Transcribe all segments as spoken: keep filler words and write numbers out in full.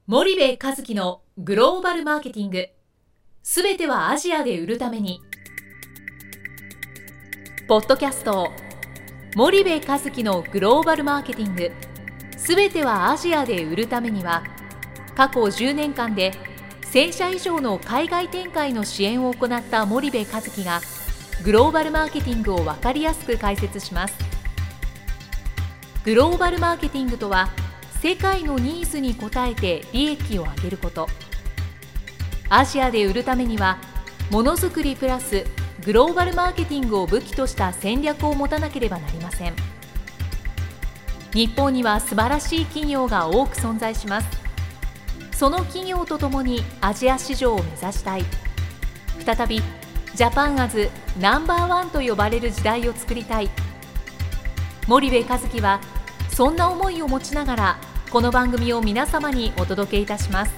森部一樹のグローバルマーケティング、すべてはアジアで売るために。ポッドキャスト森部一樹のグローバルマーケティング、すべてはアジアで売るためには、過去じゅうねんかんでせんしゃ以上の海外展開の支援を行った森部一樹がグローバルマーケティングを分かりやすく解説します。グローバルマーケティングとは、世界のニーズに応えて利益を上げること。アジアで売るためには、ものづくりプラスグローバルマーケティングを武器とした戦略を持たなければなりません。日本には素晴らしい企業が多く存在します。その企業とともにアジア市場を目指したい。再びジャパンアズナンバーワンと呼ばれる時代を作りたい。森部一樹はそんな思いを持ちながら、この番組を皆様にお届けいたします。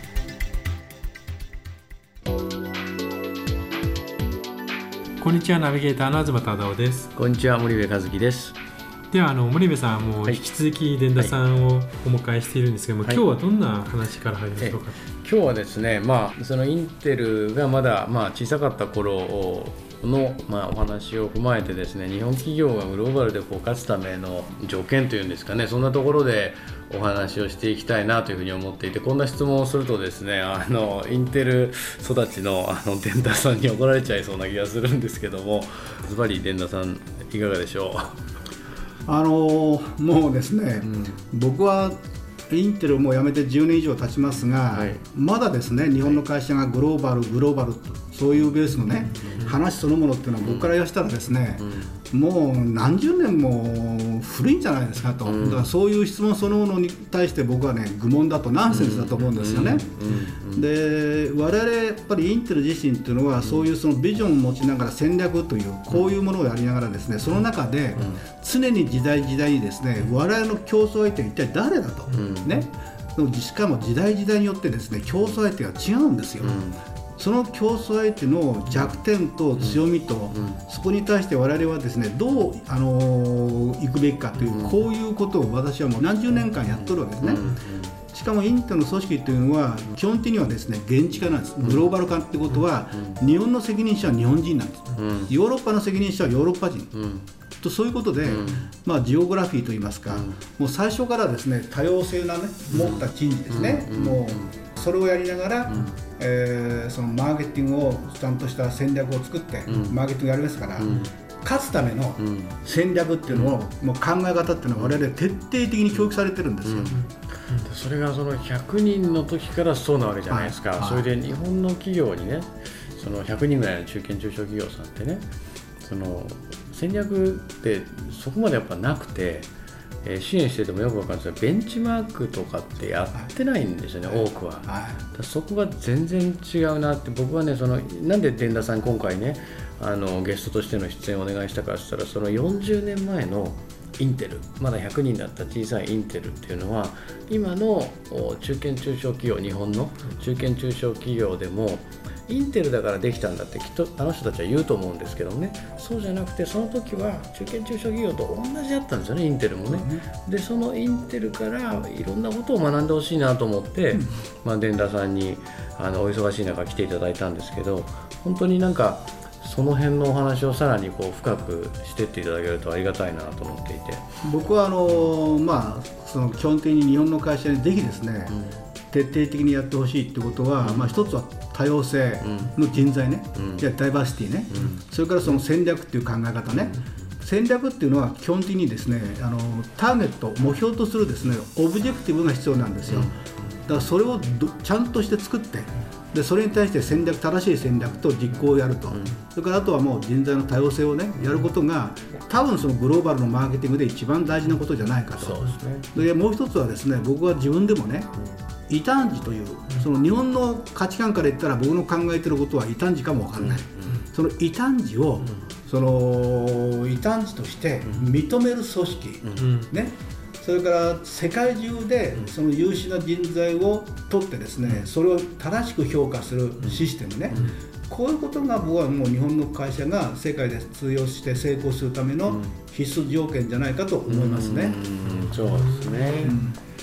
こんにちは、ナビゲーターの東忠夫です。 こんにちは、森部一樹です。 では、あの森部さんも引き続き伝田さんをお迎えしているんですけども、はい、今日はどんな話から入りましょうか。 今日はですね、まあ、そのインテルがまだ、まあ、小さかった頃の、まあ、お話を踏まえてですね、日本企業がグローバルでこう勝つための条件というんですかね、そんなところでお話をしていきたいなというふうに思っていて、こんな質問をするとですね、あのインテル育ちのあの伝田さんに怒られちゃいそうな気がするんですけども、ズバリ伝田さんいかがでしょう。 あのもうですね、うん、僕はインテルも辞めてじゅうねん以上経ちますが、はい、まだですね、日本の会社がグローバルグローバルと、そういうベースのね、うん、話そのものっていうのは僕から言わせたらですね、うん、もう何十年も古いんじゃないですかと、うん、だからそういう質問そのものに対して僕はね、愚問だと、ナンセンスだと思うんですよね。で、我々やっぱりインテル自身っていうのは、そういうそのビジョンを持ちながら戦略というこういうものをやりながらですね、その中で常に時代時代にですね、我々の競争相手は一体誰だと、うんね、しかも時代時代によってですね、競争相手が違うんですよ。うん、その競争相手の弱点と強みと、うん、そこに対して我々はですね、どう、あのー、行くべきかという、うん、こういうことを私はもう何十年間やってるわけですね。うんうん、しかもインテルの組織というのは基本的にはですね、現地化なんです。グローバル化ってことは、うん、日本の責任者は日本人なんです。うん、ヨーロッパの責任者はヨーロッパ人。うん、とそういうことで、うん、まあ、ジオグラフィーといいますか、うん、もう最初からですね、多様性なね、持った人事ですね、うん、もうそれをやりながら、うん、えー、そのマーケティングをちゃんとした戦略を作って、うん、マーケティングやりますから、うん、勝つための戦略っていうのを、うん、もう考え方っていうのは我々徹底的に教育されてるんですよ。うんうん、 それがそのひゃくにんの時からそうなわけじゃないですか。はいはい、それで日本の企業にね、そのひゃくにんぐらいの中堅中小企業さんってね、その戦略ってそこまでやっぱなくて、えー、支援しててもよくわかるんですけど、ベンチマークとかってやってないんですよね、はい、多くは。はい、だそこが全然違うなって、僕はね、そのなんで伝田さん今回ね、あのゲストとしての出演をお願いしたかって言ったら、そのよんじゅうねんまえのインテル、まだひゃくにんだった小さいインテルっていうのは、今の中堅中小企業、日本の中堅中小企業でもインテルだからできたんだってきっとあの人たちは言うと思うんですけどね、そうじゃなくて、その時は中堅中小企業と同じだったんですよね、インテルもね。うん、でそのインテルからいろんなことを学んでほしいなと思って、うん、まあ、伝田さんにあのお忙しい中来ていただいたんですけど、本当になんかその辺のお話をさらにこう深くしていっていただけるとありがたいなと思っていて、 僕はあの、まあ、その基本的に日本の会社にぜひですね、うん、徹底的にやってほしいってことは、うん、まあ、一つは多様性の人材ね、うん、じゃあダイバーシティね、うん、それからその戦略っていう考え方ね、うん、戦略っていうのは基本的にですね、あのターゲット、目標とするですね、オブジェクティブが必要なんですよ。だからそれをちゃんとして作って、でそれに対して戦略、正しい戦略と実行をやると、うん、それからあとはもう人材の多様性をね、やることが多分そのグローバルのマーケティングで一番大事なことじゃないかと。そうですね。でもう一つはですね、僕は自分でもね、異端児という、その日本の価値観から言ったら僕の考えていることは異端児かもわからない。うん、その異端児を、うん、その異端児として認める組織、うん、ね。それから世界中でその優秀な人材を取ってですね、それを正しく評価するシステムね、こういうことが僕はもう日本の会社が世界で通用して成功するための必須条件じゃないかと思いますね。 うん、そうですね。うん、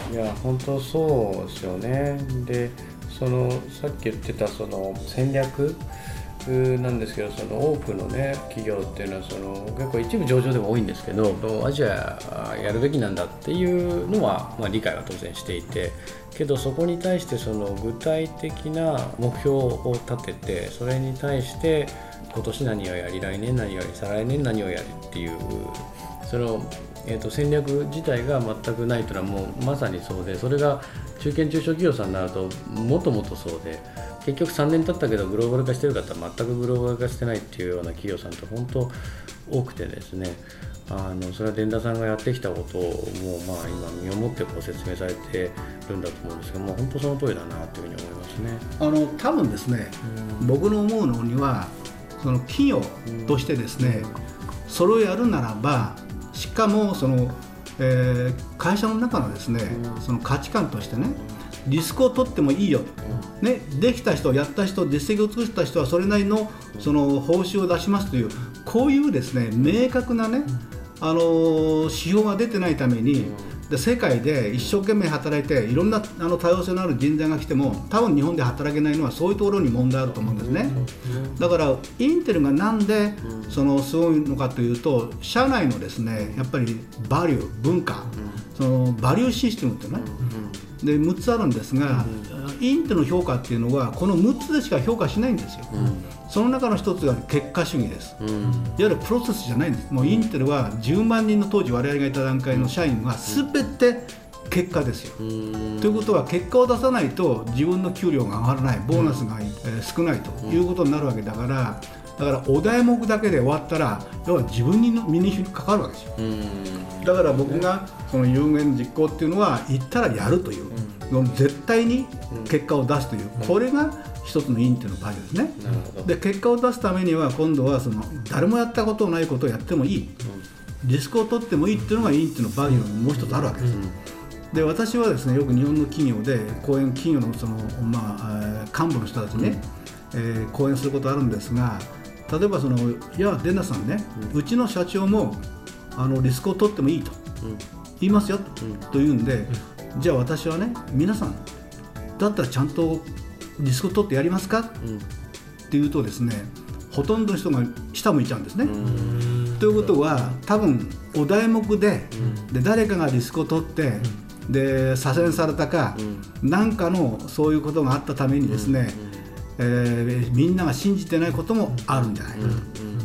いや本当そうですよね。でそのさっき言ってたその戦略なんですけど、その多くのね企業っていうのはその結構一部上場でも多いんですけど、アジアやるべきなんだっていうのは、まあ、理解は当然していて、けどそこに対してその具体的な目標を立てて、それに対して今年何をやり、来年何をやり、再来年何をやりっていうその、えー、と戦略自体が全くないというのはもうまさにそうで、それが中堅中小企業さんになるともっともっとそうで、結局さんねん経ったけどグローバル化してるかって全くグローバル化してないっていうような企業さんって本当多くてですね、あのそれは伝田さんがやってきたことをもうまあ今身をもってこう説明されてるんだと思うんですけども、本当その通りだなというふうに思いますね。 あの多分ですね、うん、僕の思うのにはその企業としてですね、うん、それをやるならば、しかもその、えー、会社の中のですね、うん、その価値観としてね、リスクを取ってもいいよ、うんね、できた人、やった人、実績を尽くした人はそれなりのその報酬を出しますという、こういうですね明確なね、あのー、指標が出てないために、で世界で一生懸命働いていろんなあの多様性のある人材が来ても多分日本で働けないのはそういうところに問題あると思うんですね。だからインテルがなんでそのすごいのかというと、社内のですねやっぱりバリュー、文化、そのバリューシステムってねでむっつあるんですが、インテルの評価っていうのはこのむっつでしか評価しないんですよ。その中の一つが結果主義です。いわゆるプロセスじゃないんです。もうインテルはじゅうまんにんの当時我々がいた段階の社員が全て結果ですよ。ということは結果を出さないと自分の給料が上がらない、ボーナスが少ないということになるわけだから、だからお題目だけで終わったら要は自分に身にかかるわけですよ。だから僕がその有言実行っていうのは言ったらやるという、絶対に結果を出すという、これが一つのインテルのバリューですね。で結果を出すためには今度はその誰もやったことないことをやってもいい、リスクを取ってもいいっていうのがインテルのバリューのもう一つあるわけです。で私はですねよく日本の企業で講演、企業のその、まあ、幹部の人たちね、うんえー、講演することあるんですが、例えばそのいや伝田さんね、うん、うちの社長もあのリスクを取ってもいいと、うん、言いますよ、うん、と言うんで、うん、じゃあ私はね皆さんだったらちゃんとリスクを取ってやりますか、うん、って言うとですねほとんどの人が下向いちゃうんですね。ということは多分お題目 で,、うん、で誰かがリスクを取って、うん、で左遷されたか、うん、なんかのそういうことがあったためにですね、うんうんえー、みんなが信じてないこともあるんじゃないかと、うんうん、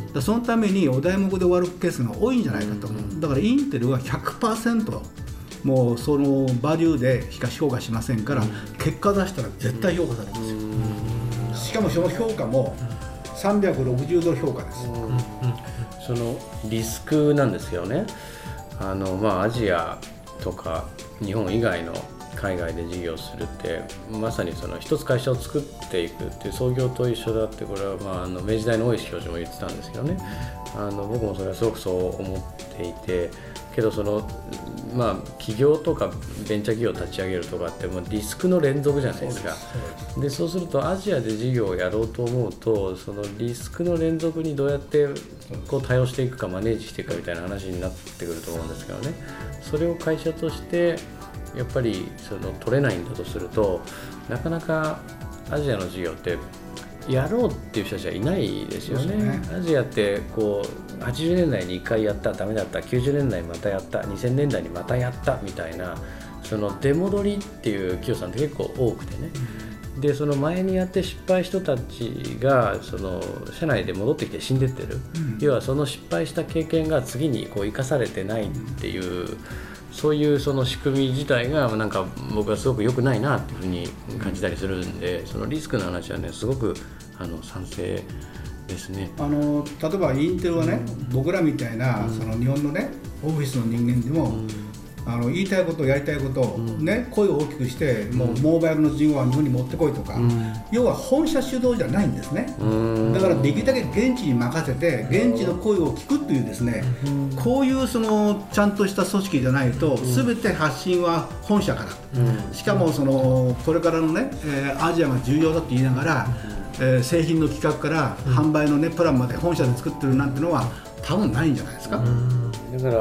だそのためにお題目で終わるケースが多いんじゃないかと思う、うん、だからインテルは ひゃくパーセント もうそのバリューでしか評価しませんから、うん、結果出したら絶対評価されますよ、うん、しかもその評価もさんびゃくろくじゅうど評価です、うんうん、 そのリスクなんですよね。あの、まあ、アジアとか日本以外の海外で事業するってまさにその一つ会社を作っていくっていう創業と一緒だって、これは、まあ、あの明治大の大石教授も言ってたんですけどね、あの僕もそれはすごくそう思っていて、けどその、まあ、企業とかベンチャー企業を立ち上げるとかってもうリスクの連続じゃないですか。そうでそうするとアジアで事業をやろうと思うと、そのリスクの連続にどうやってこう対応していくかマネージしていくかみたいな話になってくると思うんですけどね、それを会社としてやっぱりその取れないんだとすると、なかなかアジアの事業ってやろうっていう人たちはいないですよ ね, ねアジアってこうはちじゅうねんだいにいっかいやったダメだった、きゅうじゅうねんだいにまたやった、にせんねんだいにまたやったみたいな、その出戻りっていう企業さんって結構多くてね、うん、でその前にやって失敗した人たちがその社内で戻ってきて死んでってる、うん、要はその失敗した経験が次にこう生かされてないっていう、うん、そういうその仕組み自体がなんか僕はすごく良くないなっていうふうに感じたりするんで、そのリスクの話はねすごくあの賛成ですね。 あの例えばインテルはね、うん、僕らみたいな、うん、その日本のねオフィスの人間でも、うん、あの言いたいことやりたいことを、うん、ね声を大きくして、うん、もうモバイルの事業は日本に持ってこいとか、うん、要は本社主導じゃないんですね、うん、だからできるだけ現地に任せて現地の声を聞くっていうですね、うん、こういうそのちゃんとした組織じゃないと、うん、全て発信は本社から、うん、しかもそのこれからのね、えー、アジアが重要だって言いながら、うんえー、製品の企画から販売の、ね、プランまで本社で作ってるなんてのは多分ないんじゃないですか。 うんだから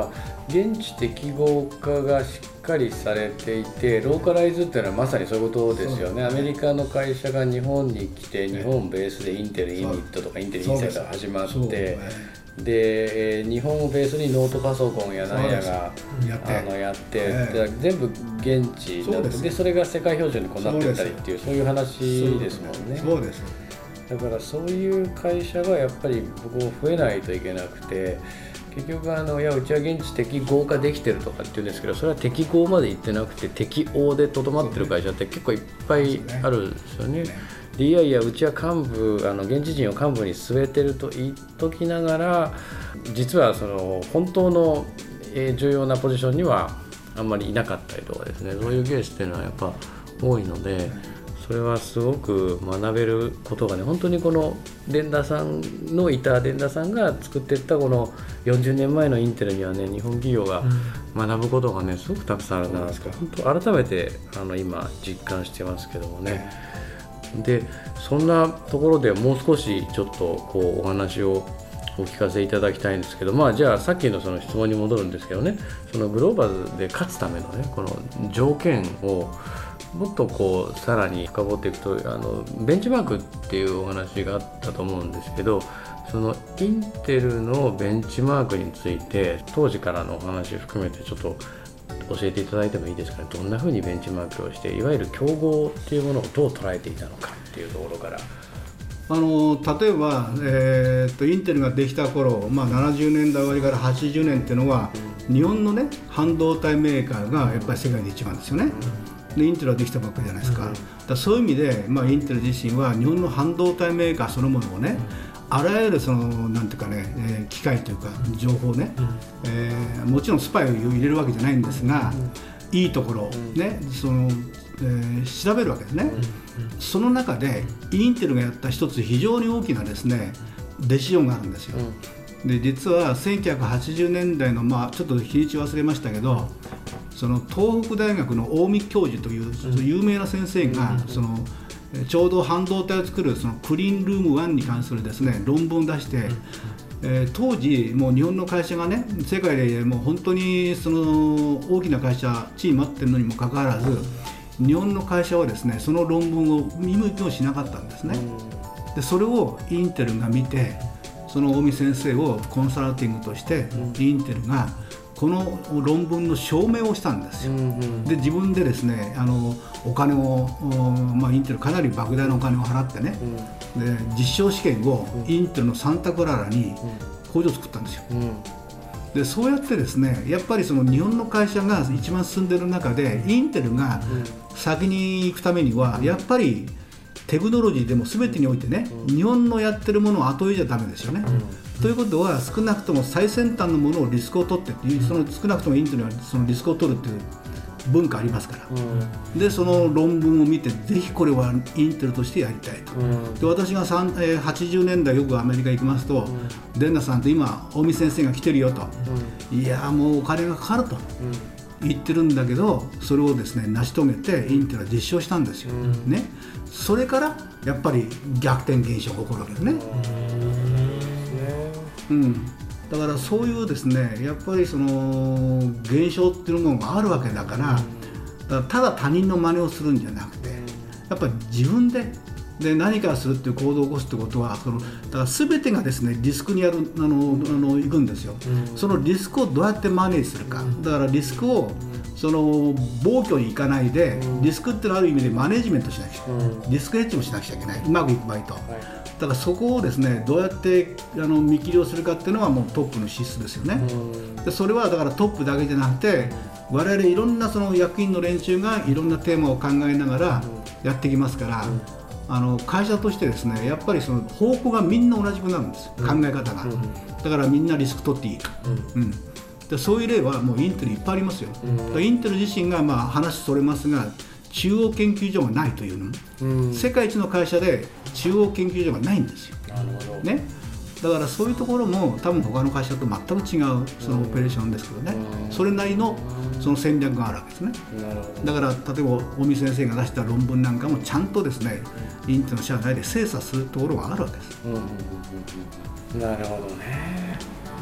現地適合化がしっかりされていて、ローカライズっていうのはまさにそういうことですよね。アメリカの会社が日本に来て、日本ベースでインテルイニットとかインテルインサイドが始まって、で、えー、日本をベースにノートパソコンやなんやがやって、あのやって、えー、全部現地になって、そでそれが世界標準にこうなっていったりっていう、そういう話ですもんね。 そうです。 だからそういう会社がやっぱり僕も増えないといけなくて、結局あのいやうちは現地適合化できてるとかって言うんですけど、それは適合までいってなくて適応でとどまってる会社って結構いっぱいあるんですよね。でいやいやうちは幹部あの現地人を幹部に据えてると言っときながら、実はその本当の重要なポジションにはあんまりいなかったりとかですね、そういうケースっていうのはやっぱ多いので、それはすごく学べることがね、本当にこの伝田さんのいた伝田さんが作っていったこのよんじゅうねんまえのインテルにはね、日本企業が学ぶことがねすごくたくさんあるなと、本当改めてあの今実感してますけどもね。でそんなところでもう少しちょっとこうお話をお聞かせいただきたいんですけど、まあ、じゃあさっきのその質問に戻るんですけどね、そのグローバルで勝つためのねこの条件をもっとこうさらに深掘っていくと、あのベンチマークっていうお話があったと思うんですけど、そのインテルのベンチマークについて当時からのお話を含めてちょっと教えていただいてもいいですかね。どんなふうにベンチマークをして、いわゆる競合っていうものをどう捉えていたのかっていうところから。 あの例えば、えー、っとインテルができた頃、まあ、ななじゅうねんだい終わりからはちじゅうねんっていうのは、うん、日本の、ね、半導体メーカーがやっぱり世界で一番ですよね。うん、でインテルはできたばっかりじゃないですか。うん、だそういう意味で、まあ、インテル自身は日本の半導体メーカーそのものをね、うん、あらゆるそのなんていうかね、えー、機械というか情報ね、うん、えー、もちろんスパイを入れるわけじゃないんですが、うん、いいところ、うん、ね、そのえー、調べるわけですね。うんうん、その中でインテルがやった一つ非常に大きなですねデシジョンがあるんですよ。うん、で実はせんきゅうひゃくはちじゅうねんだいの、まあ、ちょっと日にち忘れましたけど、その東北大学の大見教授という、うん、有名な先生が、うん、そのちょうど半導体を作るそのクリーンルームワンに関するですね論文を出して、うん、えー、当時もう日本の会社がね世界でもう本当にその大きな会社地位持ってるのにもかかわらず、日本の会社はですねその論文を見向きもしなかったんですね。でそれをインテルが見て、その大見先生をコンサルティングとしてインテルがこの論文の証明をしたんですよ。で自分でですねあのお金を、まあ、インテルかなり莫大なお金を払ってね、で実証試験をインテルのサンタクララに工場を作ったんですよ。でそうやってですねやっぱりその日本の会社が一番進んでいる中で、インテルが先に行くためにはやっぱりテクノロジーでも全てにおいてね、日本のやってるものを後追いじゃダメですよね。ということは少なくとも最先端のものをリスクを取ってっていう、その少なくともインテルはそのリスクを取るっていう文化ありますから、うん、でその論文を見てぜひこれはインテルとしてやりたいと、うん、で私がえー、はちじゅうねんだいよくアメリカ行きますと、うん、デンナさんと今大見先生が来てるよと、うん、いやもうお金がかかると、うん、言ってるんだけど、それをですね成し遂げてインテルは実証したんですよ、うん、ね、それからやっぱり逆転現象が起こるわけですね、うん、うん、だからそういうですねやっぱりその現象っていうのがあるわけだから、だからただ他人の真似をするんじゃなくて、やっぱり自分でで何かするっていう行動を起こすってことは、そのだから全てがですねリスクにやるあのあの行くんですよ、うん、そのリスクをどうやってマネージするか、だからリスクをその暴挙に行かないで、リスクっていうのはある意味でマネジメントしなきゃ、うん、リスクヘッジもしなくちゃいけない、うまくいく場合と、はい、だからそこをですねどうやってあの見切りをするかっていうのはもうトップの資質ですよね、うん、でそれはだからトップだけじゃなくて我々いろんなその役員の連中がいろんなテーマを考えながらやってきますから、うん、あの会社としてですねやっぱりその方向がみんな同じくなるんです、うん、考え方が、うん、だからみんなリスク取っていいと、うんうん、でそういう例はもうインテルいっぱいありますよ、うん、だからインテル自身がまあ話それますが中央研究所がないというの、うん、世界一の会社で中央研究所がないんですよ、なるほど、ね、だからそういうところも多分他の会社と全く違うそのオペレーションですけどね、うん、それなりのその戦略があるわけですね、なるほど、だから例えば大見先生が出した論文なんかもちゃんとですね、うん、インテルの社内で精査するところがあるわけです、うんうんうんうん、なるほどね。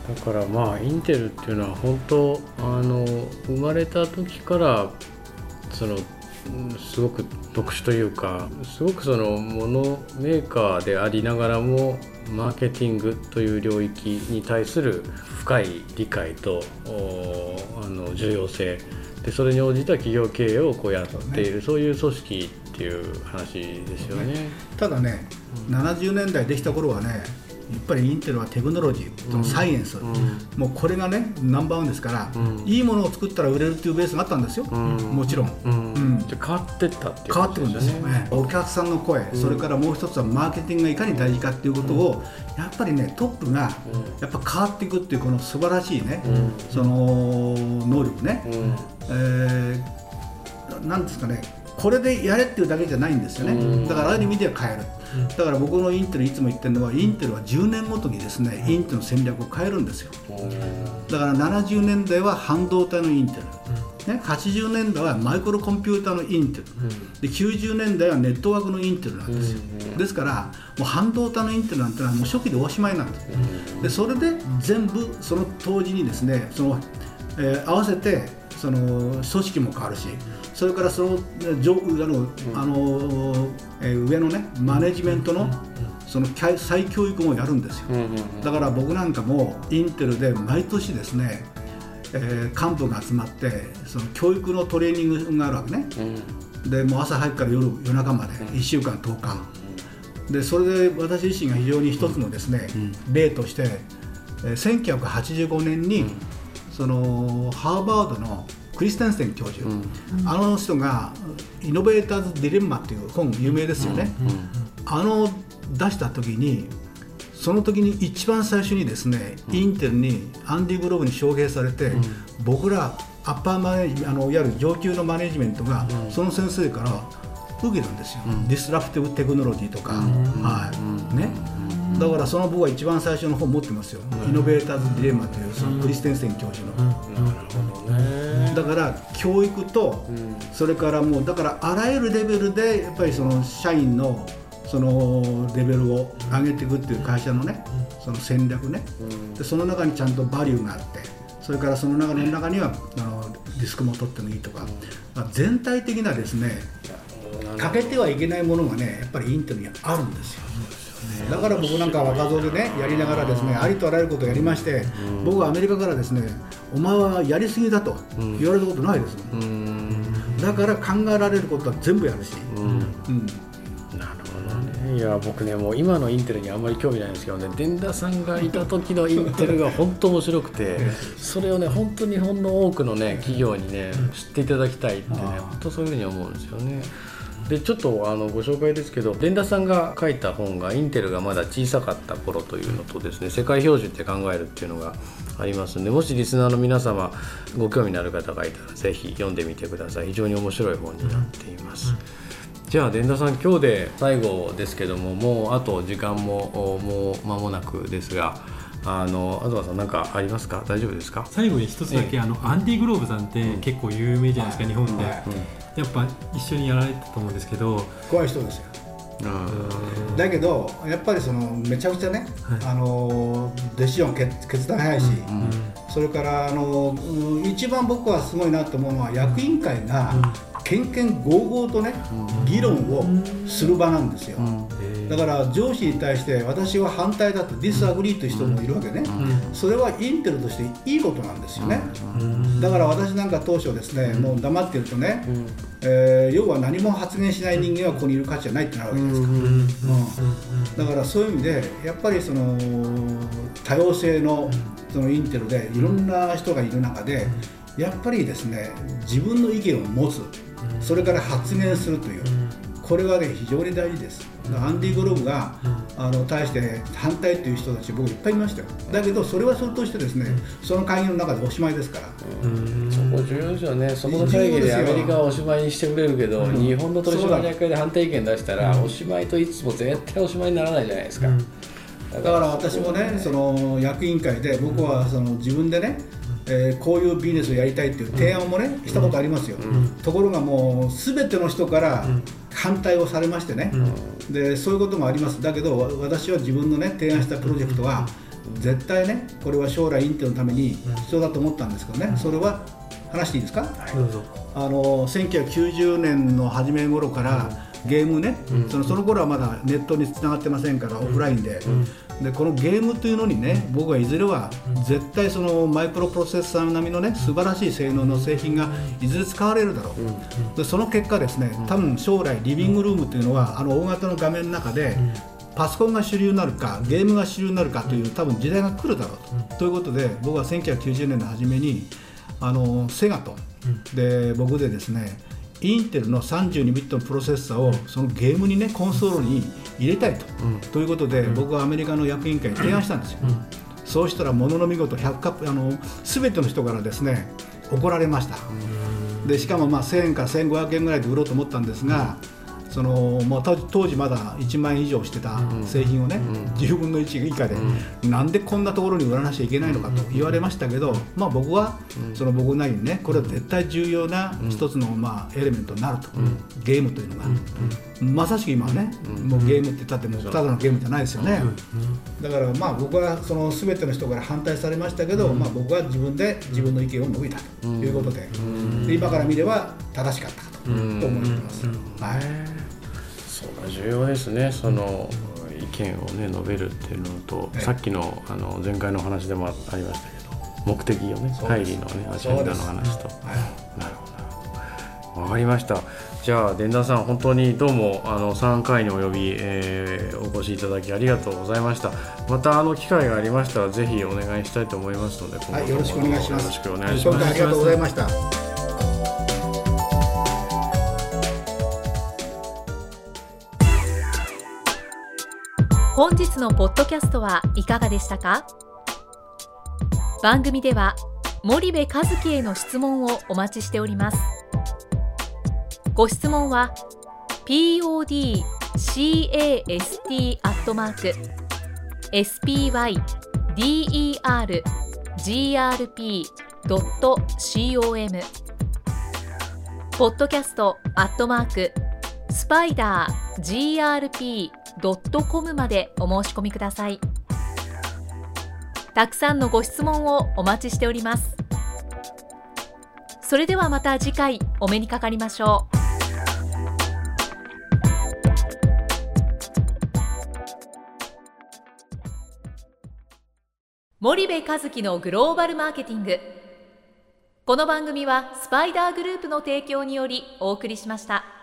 だからまあインテルっていうのは本当あの生まれた時からそのすごく特殊というか、すごくそのモノメーカーでありながらもマーケティングという領域に対する深い理解とあの重要性で、それに応じた企業経営をこうやっている、そういう組織っていう話ですよね。 ただね、うん、ななじゅうねんだいできた頃はね、やっぱりインテルはテクノロジー、うん、サイエンス、うん、もうこれがねナンバーワンですから、うん、いいものを作ったら売れるっていうベースがあったんですよ、うん、もちろん、 うんうん、じゃ変わってったっていう変わってくるんですよね。お客さんの声、うん、それからもう一つはマーケティングがいかに大事かっていうことを、うん、やっぱりねトップがやっぱ変わっていくっていうこの素晴らしいね、うん、その能力ね、うん、えー、なんですかね、これでやれっていうだけじゃないんですよね、うん、だからある意味では変える、うん、だから僕のインテルいつも言ってるのは、インテルはじゅうねんごとにですね、インテルの戦略を変えるんですよ。だからななじゅうねんだいは半導体のインテル、ね、はちじゅうねんだいはマイクロコンピューターのインテル、できゅうじゅうねんだいはネットワークのインテルなんですよ。ですからもう半導体のインテルなんてのはもう初期でおしまいなんです。でそれで全部その当時にですね、その、えー、合わせてその組織も変わるし、それからその上あの、あのえー、上のねマネジメントのその再教育もやるんですよ。だから僕なんかもインテルで毎年ですね、えー、幹部が集まってその教育のトレーニングがあるわけね、うん、でもう朝早くから 夜, 夜中までいっしゅうかんとおか、うん、でそれで私自身が非常に一つのですね、うん、例として、えー、せんきゅうひゃくはちじゅうごねんに、うん、そのハーバードのクリステンセン教授、うん、あの人がイノベーターズ・ディレンマっていう本有名ですよね、うんうん、あの出した時にその時に一番最初にですね、うん、インテルにアンディ・グローブに招聘されて、うん、僕らアッパーマネージあのいわゆる上級のマネジメントが、うん、その先生から受けたんですよ、うん、ディスラプティブテクノロジーとか、うん、はいね、だからその僕は一番最初の本持ってますよ、うん、イノベーターズ・ディレンマというそのクリステンセン教授の、うん、なるほどね。だから教育と、うん、それからもうだからあらゆるレベルでやっぱりその社員のそのレベルを上げていくっていう会社のね、その戦略ね、でその中にちゃんとバリューがあって、それからその中の中にはあのリスクも取ってもいいとか、まあ、全体的なですね欠けてはいけないものがねやっぱりインテルにはあるんですよ。だから僕なんか若造でねやりながらですねありとあらゆることをやりまして、僕はアメリカからですねお前はやりすぎだと言われたことないですもん。だから考えられることは全部やるし、うんうんなるほどね。いや僕ねもう今のインテルにあんまり興味ないんですけどね、伝田さんがいた時のインテルが本当面白くてそれをね本当に日本の多くのね企業にね知っていただきたいってね本当そういうふうに思うんですよね。でちょっとあのご紹介ですけど、伝田さんが書いた本がインテルがまだ小さかった頃というのとですね、世界標準って考えるっていうのがありますので、もしリスナーの皆様ご興味のある方がいたらぜひ読んでみてください。非常に面白い本になっています。うんうん、じゃあ伝田さん今日で最後ですけども、もうあと時間ももう間もなくですが、あの東さん何かありますか？大丈夫ですか？ 最後に一つだけ、ええ、あのアンディ・グローブさんって結構有名じゃないですか、うん、日本で、はいうん、やっぱ一緒にやられたと思うんですけど怖い人ですよ。だけどやっぱりそのめちゃくちゃね、はい、あのデシジョン決断早いし、うんうん、それからあの一番僕はすごいなと思うのは役員会が、うんけんけんごうごうとね、うん、議論をする場なんですよ、うん、だから上司に対して私は反対だとディスアグリーという人もいるわけね、うん、それはインテルとしていいことなんですよね、うん、だから私なんか当初ですね、うん、もう黙っているとね、うんえー、要は何も発言しない人間はここにいる価値はないってなるわけですから、うんうん、だからそういう意味でやっぱりその多様性のそのインテルでいろんな人がいる中でやっぱりですね自分の意見を持つ、それから発言するという、これはね非常に大事です。アンディ・グローブがあの対して反対という人たち僕いっぱいいましたよ。だけどそれはそれとしてですねその会議の中でおしまいですから、 うんそこ重要ですよね。そこの会議でアメリカはおしまいにしてくれるけど、うん、日本の取締役会で反対意見出したら、うん、おしまいといつも絶対おしまいにならないじゃないですか、うん、 だから私もねその役員会で僕はその自分でねえー、こういうビジネスをやりたいっていう提案もね、うん、したことありますよ、うん、ところがもう全ての人から反対をされましてね、うん、でそういうこともあります。だけど私は自分のね提案したプロジェクトは絶対ねこれは将来インテルのために必要だと思ったんですけどね、うん、それは話していいですか、はい、どうぞ。あのせんきゅうひゃくきゅうじゅうねんの初め頃から、うん、ゲームね、うん、そのその頃はまだネットにつながってませんから、うん、オフラインで、うん、でこのゲームというのにね、僕はいずれは絶対そのマイクロプロセッサー並みのね素晴らしい性能の製品がいずれ使われるだろう、うん、でその結果ですね、多分将来リビングルームというのはあの大型の画面の中で、うんパソコンが主流になるかゲームが主流になるかという多分時代が来るだろうと、うん、ということで僕はせんきゅうひゃくきゅうじゅうねんの初めにあのセガと、うん、で僕でですねインテルのさんじゅうにビットのプロセッサーをそのゲームにねコンソールに入れたいと、うん、ということで僕はアメリカの役員会に提案したんですよ、うん、そうしたらものの見事ひゃくカップあの全ての人からですね怒られました、うん、でしかもまあせんえんからせんごひゃくえんぐらいで売ろうと思ったんですが、そのまあ、当時まだいちまんえん以上してた製品をね、うん、じゅうぶんのいち以下で、うん、なんでこんなところに売らなきゃいけないのかと言われましたけど、まあ、僕はその僕なりにねこれは絶対重要な一つのまあエレメントになると、うん、ゲームというのが、うん、まさしく今はね、うん、もうゲームって言ったってもうただのゲームじゃないですよね、うん、だからまあ僕はその全ての人から反対されましたけど、うんまあ、僕は自分で自分の意見を述べたということで、うん、で今から見れば正しかったかと、うん、と思います、うんはいそうが重要ですね。その意見をね述べるっていうのと、さっきのあの前回の話でもありましたけど、目的をね、会議のねアジェンダの話と、はい、なるほど、わかりました。じゃあ伝田さん本当にどうもあのさんかいにおよび、えー、お越しいただきありがとうございました。またあの機会がありましたらぜひお願いしたいと思いますので、 はい、よろしくお願いします。 よろしくお願いします。 今回ありがとうございました。 本日のポッドキャストはいかがでしたか？番組では森部一樹への質問をお待ちしております。ご質問は ピーオーディーキャスト アットマーク エスピーワイディーイーアールジーアールピー ドット コム ポッドキャストアットマークスパイダー ジーアールピードットコム までお申し込みください。たくさんのご質問をお待ちしております。それではまた次回お目にかかりましょう。森部一樹のグローバルマーケティング。この番組はスパイダーグループの提供によりお送りしました。